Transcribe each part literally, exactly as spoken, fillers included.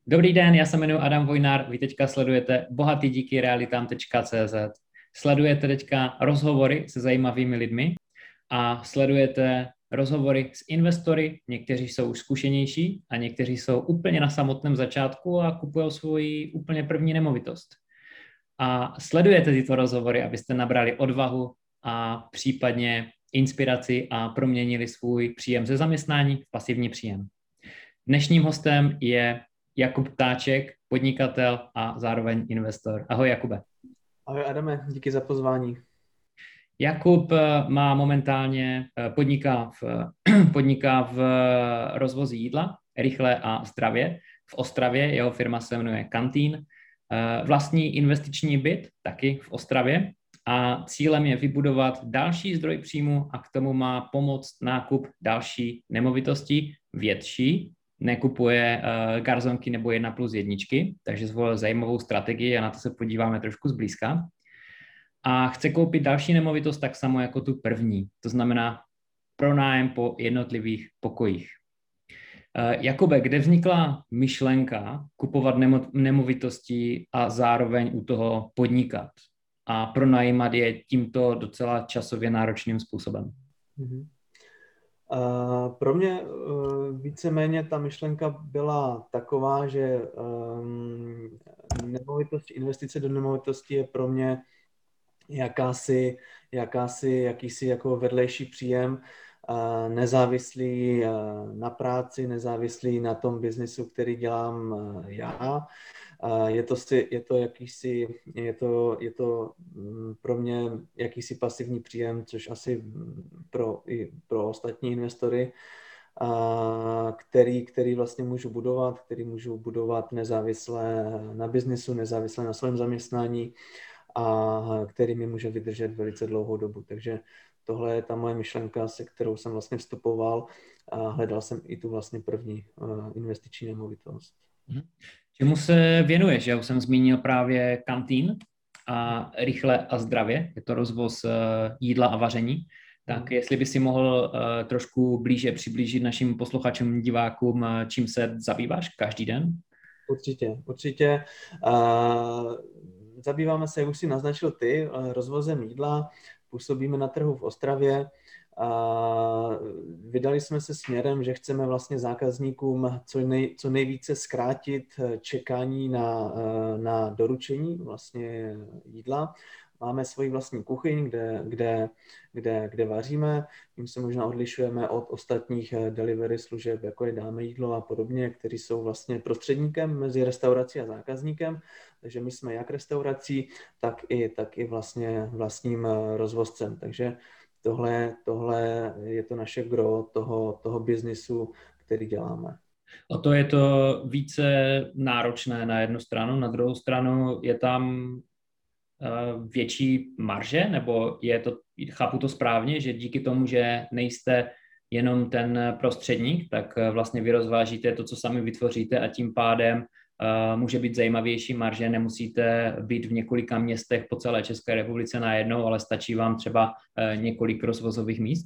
Dobrý den, já se jmenuji Adam Vojnár, vy teďka sledujete bohatý díky realitám tečka cé zet. Sledujete teďka rozhovory se zajímavými lidmi a sledujete rozhovory s investory, někteří jsou už zkušenější a někteří jsou úplně na samotném začátku a kupují svoji úplně první nemovitost. A sledujete tyto rozhovory, abyste nabrali odvahu a případně inspiraci a proměnili svůj příjem ze zaměstnání v pasivní příjem. Dnešním hostem je Jakub Ptáček, podnikatel a zároveň investor. Ahoj Jakube. Ahoj Adame, díky za pozvání. Jakub má momentálně, podniká v, podniká v rozvozi jídla, rychle a zdravě. V Ostravě, jeho firma se jmenuje Kantín. Vlastní investiční byt, taky v Ostravě. A cílem je vybudovat další zdroj příjmu a k tomu má pomoct nákup další nemovitosti, větší. Nekupuje uh, garzonky nebo jedna plus jedničky, takže zvolil zajímavou strategii a na to se podíváme trošku zblízka. A chce koupit další nemovitost tak samo jako tu první, to znamená pronájem po jednotlivých pokojích. Uh, Jakube, kde vznikla myšlenka kupovat nemo- nemovitosti a zároveň u toho podnikat a pronajímat je tímto docela časově náročným způsobem? Mm-hmm. Uh, pro mě uh, víceméně ta myšlenka byla taková, že um, nemovitosti, investice do nemovitosti je pro mě jakási, jakási, jakýsi jako vedlejší příjem, uh, nezávislý uh, na práci, nezávislý na tom biznisu, který dělám uh, já. Je to, je to jakýsi, je to, je to pro mě jakýsi pasivní příjem, což asi pro, i pro ostatní investory, který, který vlastně můžu budovat, který můžu budovat nezávisle na biznisu, nezávisle na svém zaměstnání a který mi může vydržet velice dlouhou dobu. Takže tohle je ta moje myšlenka, se kterou jsem vlastně vstupoval a hledal jsem i tu vlastně první investiční nemovitost. Mm-hmm. Čemu se věnuješ? Já už jsem zmínil právě Kantín a rychle a zdravě, je to rozvoz jídla a vaření. Tak jestli by si mohl uh, trošku blíže přiblížit našim posluchačům, divákům, čím se zabýváš každý den? Určitě, určitě. Uh, zabýváme se, jak už si naznačil ty, uh, rozvozem jídla, působíme na trhu v Ostravě. A vydali jsme se směrem, že chceme vlastně zákazníkům co, nej, co nejvíce zkrátit čekání na, na doručení vlastně jídla. Máme svoji vlastní kuchyň, kde, kde, kde, kde vaříme. Tím se možná odlišujeme od ostatních delivery služeb, jako je Dáme jídlo a podobně, kteří jsou vlastně prostředníkem mezi restaurací a zákazníkem. Takže my jsme jak restaurací, tak i, tak i vlastně vlastním rozvozcem. Takže Tohle, tohle je to naše gro toho, toho biznisu, který děláme. O to je to více náročné na jednu stranu, na druhou stranu je tam uh, větší marže, nebo je to, chápu to správně, že díky tomu, že nejste jenom ten prostředník, tak vlastně vy rozvážíte to, co sami vytvoříte a tím pádem Uh, může být zajímavější marže, nemusíte být v několika městech po celé České republice najednou, ale stačí vám třeba uh, několik rozvozových míst?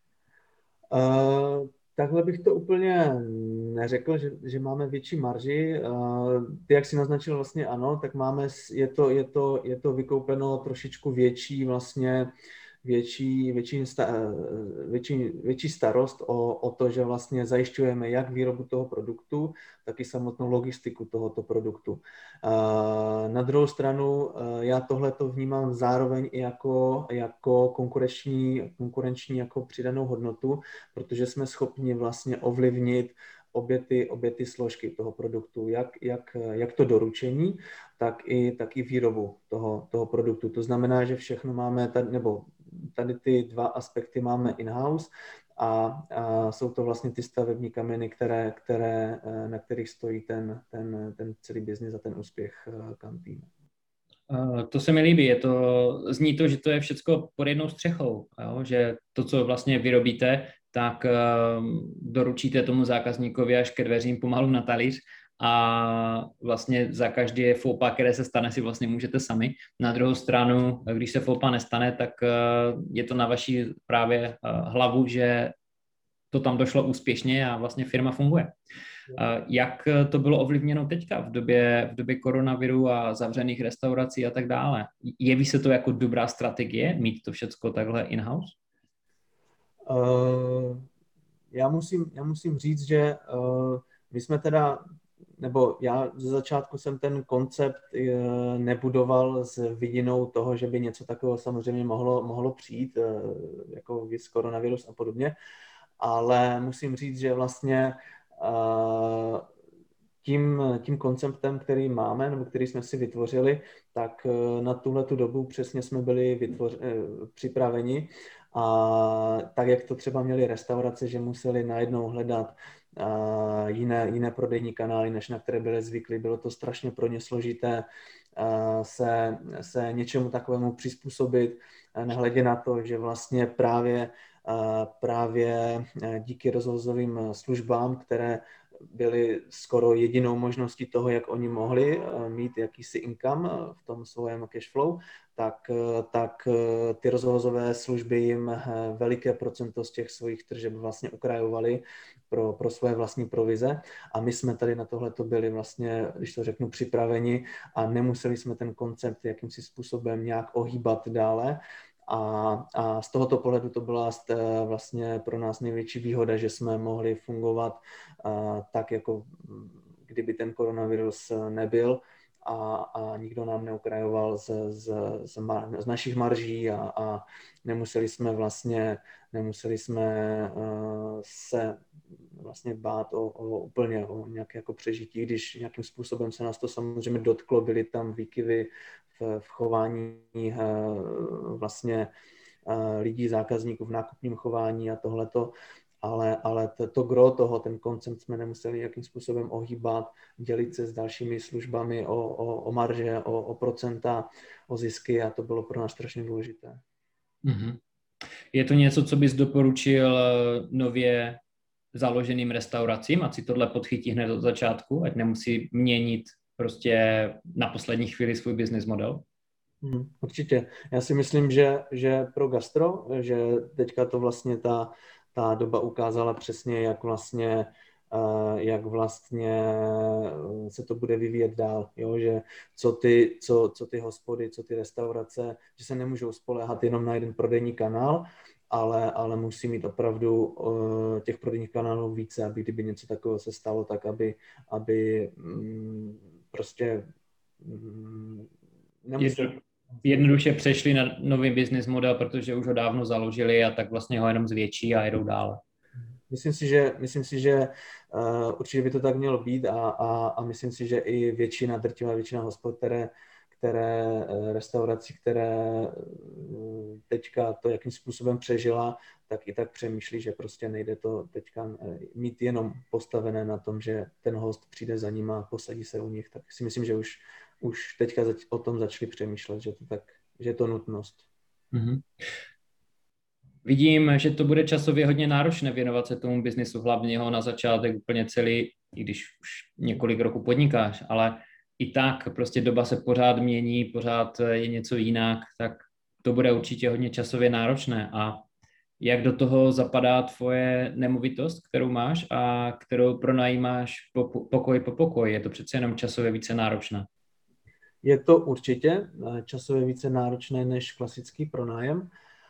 Uh, takhle bych to úplně neřekl, že, že máme větší marži. Uh, ty, jak si naznačil, vlastně ano, tak máme, je to, je to, je to vykoupeno trošičku větší vlastně Větší, větší, větší, větší starost o, o to, že vlastně zajišťujeme jak výrobu toho produktu, tak i samotnou logistiku tohoto produktu. Na druhou stranu já tohleto vnímám zároveň i jako, jako konkurenční, konkurenční jako přidanou hodnotu, protože jsme schopni vlastně ovlivnit obě ty, obě ty složky toho produktu, jak, jak, jak to doručení, tak i, tak i výrobu toho, toho produktu. To znamená, že všechno máme tady, nebo tady ty dva aspekty máme in-house a, a jsou to vlastně ty stavební kameny, které, které, na kterých stojí ten, ten, ten celý biznis a ten úspěch Kantínu. To se mi líbí, je to, zní to, že to je všecko pod jednou střechou, jo? Že to, co vlastně vyrobíte, tak uh, doručíte tomu zákazníkovi až ke dveřím pomalu na talíř a vlastně za každé faux pas, které se stane, si vlastně můžete sami. Na druhou stranu, když se faux pas nestane, tak uh, je to na vaší právě uh, hlavu, že to tam došlo úspěšně a vlastně firma funguje. Jak to bylo ovlivněno teďka v době, v době koronaviru a zavřených restaurací a tak dále? Jeví se to jako dobrá strategie, mít to všecko takhle in-house? Uh, já, musím, já musím říct, že uh, my jsme teda, nebo já ze začátku jsem ten koncept uh, nebudoval s vidinou toho, že by něco takového samozřejmě mohlo, mohlo přijít, uh, jako vis koronavirus a podobně, ale musím říct, že vlastně uh, tím, tím konceptem, který máme, nebo který jsme si vytvořili, tak na tuhle tu dobu přesně jsme byli vytvoř, připraveni. A tak, jak to třeba měli restaurace, že museli najednou hledat jiné, jiné prodejní kanály, než na které byli zvyklí. Bylo to strašně pro ně složité se, se něčemu takovému přizpůsobit, nehledě na to, že vlastně právě, právě díky rozvozovým službám, které byly skoro jedinou možností toho, jak oni mohli mít jakýsi income v tom svém cashflow, tak, tak ty rozvozové služby jim veliké procento z těch svých tržeb vlastně ukrajovaly pro, pro svoje vlastní provize a my jsme tady na tohle to byli vlastně, když to řeknu, připraveni a nemuseli jsme ten koncept jakýmsi způsobem nějak ohýbat dále. A, a z tohoto pohledu to byla vlastně pro nás největší výhoda, že jsme mohli fungovat a, tak, jako kdyby ten koronavirus nebyl a, a nikdo nám neukrajoval z, z, z, z našich marží a, a nemuseli jsme vlastně nemuseli jsme uh, se vlastně bát o, o úplně o nějaké jako přežití, když nějakým způsobem se nás to samozřejmě dotklo, byly tam výkyvy v, v chování uh, vlastně uh, lidí, zákazníků v nákupním chování a tohleto, ale, ale to, to gro toho, ten koncept jsme nemuseli nějakým způsobem ohýbat, dělit se s dalšími službami o, o, o marže, o, o procenta, o zisky a to bylo pro nás strašně důležité. Mm-hmm. Je to něco, co bys doporučil nově založeným restauracím, ať si tohle podchytí hned od začátku, ať nemusí měnit prostě na poslední chvíli svůj business model? Hmm, určitě. Já si myslím, že, že pro gastro, že teďka to vlastně ta, ta doba ukázala přesně, jak vlastně, jak vlastně se to bude vyvíjet dál, jo? Že co ty, co, co ty hospody, co ty restaurace, že se nemůžou spoléhat jenom na jeden prodejní kanál, ale, ale musí mít opravdu uh, těch prodejních kanálů více, aby kdyby něco takového se stalo, tak aby, aby um, prostě um, nemuseli... Jednoduše přešli na nový business model, protože už ho dávno založili a tak vlastně ho jenom zvětší a jedou dále. Myslím si, že, myslím si, že uh, určitě by to tak mělo být a, a, a myslím si, že i většina, drtivá většina hospod, které, které restaurací, které teďka to jakým způsobem přežila, tak i tak přemýšlí, že prostě nejde to teďka mít jenom postavené na tom, že ten host přijde za ním a posadí se u nich. Tak si myslím, že už, už teďka o tom začali přemýšlet, že, to tak, že je to nutnost. Mm-hmm. Vidím, že to bude časově hodně náročné věnovat se tomu biznisu, hlavně ho na začátek úplně celý, i když už několik roků podnikáš, ale i tak prostě doba se pořád mění, pořád je něco jinak, tak to bude určitě hodně časově náročné. A jak do toho zapadá tvoje nemovitost, kterou máš a kterou pronajímáš po, pokoj po pokoji? Je to přece jenom časově více náročné? Je to určitě časově více náročné než klasický pronájem,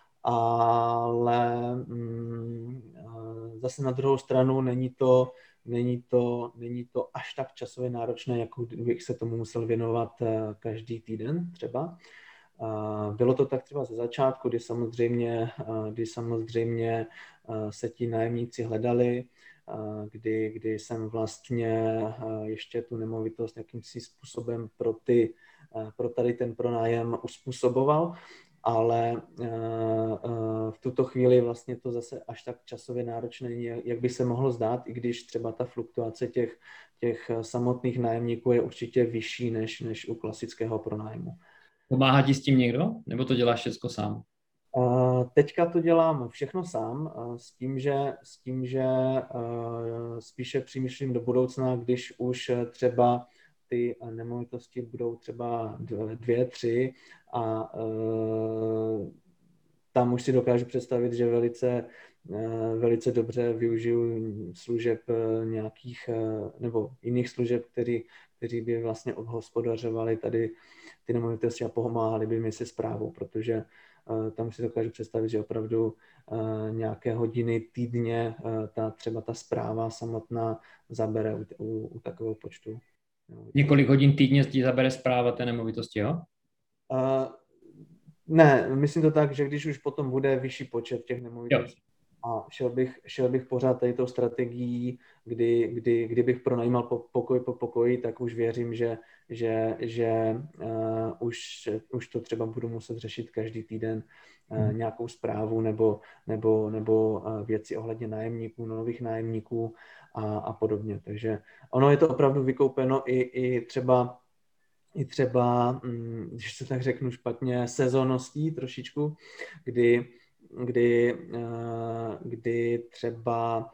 ale mm, zase na druhou stranu není to, není, to, není to až tak časově náročné, jako kdybych se tomu musel věnovat každý týden třeba. Bylo to tak třeba ze začátku, kdy samozřejmě, kdy samozřejmě se ti nájemníci hledali, kdy, kdy jsem vlastně ještě tu nemovitost jakýmsi způsobem pro, ty, pro tady ten pronájem uspůsoboval, ale v tuto chvíli vlastně to zase až tak časově náročné není, jak by se mohlo zdát, i když třeba ta fluktuace těch, těch samotných nájemníků je určitě vyšší než, než u klasického pronájmu. Pomáhá ti s tím někdo, nebo to děláš všechno sám? Uh, teďka to dělám všechno sám, uh, s tím, že, s tím, že uh, spíše přemýšlím do budoucna, když už třeba ty nemovitosti budou třeba dvě, tři a uh, tam už si dokážu představit, že velice velice dobře využiju služeb nějakých nebo jiných služeb, který, kteří by vlastně obhospodařovali tady ty nemovitosti a pomáhali by mi se správou, protože tam si dokážu představit, že opravdu nějaké hodiny týdně ta, třeba ta správa samotná zabere u, u, u takového počtu. Několik hodin týdně ti zabere správa té nemovitosti, jo? Uh, ne, myslím to tak, že když už potom bude vyšší počet těch nemovitostí a šel bych, šel bych pořád tady tou strategií, kdy, kdy, kdybych pronajímal po, pokoj po pokoji, tak už věřím, že, že, že uh, už, už to třeba budu muset řešit každý týden uh, hmm. nějakou správu nebo, nebo, nebo uh, věci ohledně nájemníků, nových nájemníků a, a podobně. Takže ono je to opravdu vykoupeno i, i třeba i třeba, když to tak řeknu špatně, sezónností trošičku, kdy, kdy, kdy třeba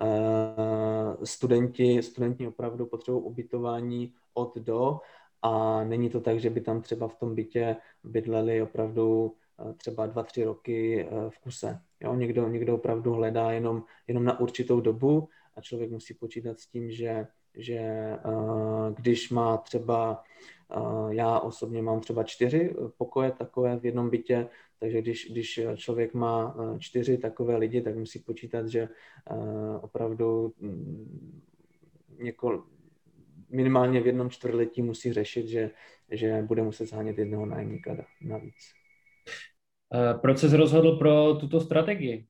studenti, studenti opravdu potřebují ubytování od do a není to tak, že by tam třeba v tom bytě bydleli opravdu třeba dva, tři roky v kuse. Jo? Někdo, někdo opravdu hledá jenom, jenom na určitou dobu a člověk musí počítat s tím, že, že když má třeba já osobně mám třeba čtyři pokoje takové v jednom bytě, takže když, když člověk má čtyři takové lidi, tak musí počítat, že opravdu několik, minimálně v jednom čtvrtletí musí řešit, že, že bude muset zhánět jednoho nájemníka navíc. Proč jsi rozhodl pro tuto strategii?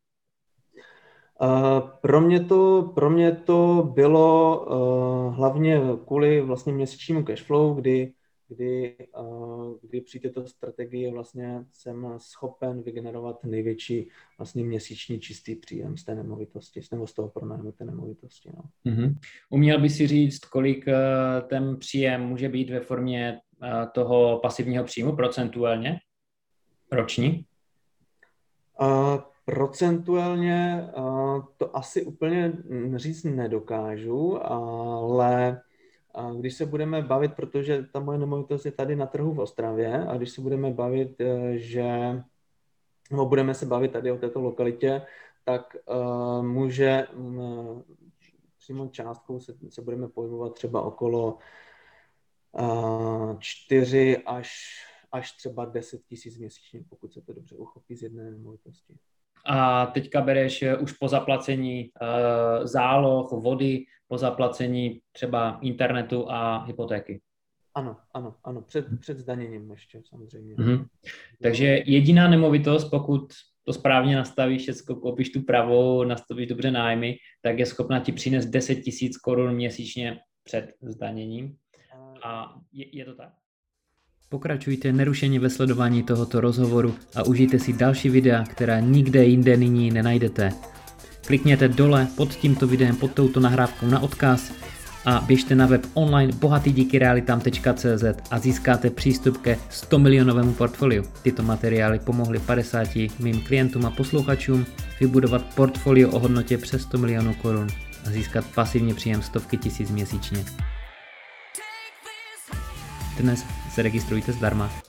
Uh, pro mě to, pro mě to bylo uh, hlavně kvůli vlastně měsíčnímu cashflow, kdy, kdy, uh, kdy při této strategii vlastně jsem schopen vygenerovat největší vlastně měsíční čistý příjem z té nemovitosti, nebo z toho pronájmu té nemovitosti. No. Mm-hmm. Uměl by si říct, kolik uh, ten příjem může být ve formě uh, toho pasivního příjmu procentuálně roční? Uh, Procentuálně to asi úplně říct nedokážu, ale když se budeme bavit, protože ta moje nemovitost je tady na trhu v Ostravě, a když se budeme bavit, že no, budeme se bavit tady o této lokalitě, tak může přímo částkou se, se budeme pohybovat třeba okolo čtyři až, až třeba deset tisíc měsíčně, pokud se to dobře uchopí z jedné nemovitosti. A teďka bereš už po zaplacení uh, záloh, vody, po zaplacení třeba internetu a hypotéky. Ano, ano, ano, před, před zdaněním ještě samozřejmě. Mm-hmm. Takže jediná nemovitost, pokud to správně nastavíš, všechno koupíš tu pravou, nastavíš dobře nájmy, tak je schopna ti přinést deset tisíc korun měsíčně před zdaněním. A je, je to tak? Pokračujte nerušeně ve sledování tohoto rozhovoru a užijte si další videa, která nikde jinde nyní nenajdete. Klikněte dole pod tímto videem, pod touto nahrávkou na odkaz a běžte na web online bohatydíkyrealitám tečka cé zet a získáte přístup ke sto milionovému portfoliu. Tyto materiály pomohly padesáti mým klientům a posluchačům vybudovat portfolio o hodnotě přes sto milionů korun a získat pasivní příjem stovky tisíc měsíčně. Dnes se registrujte zdarma.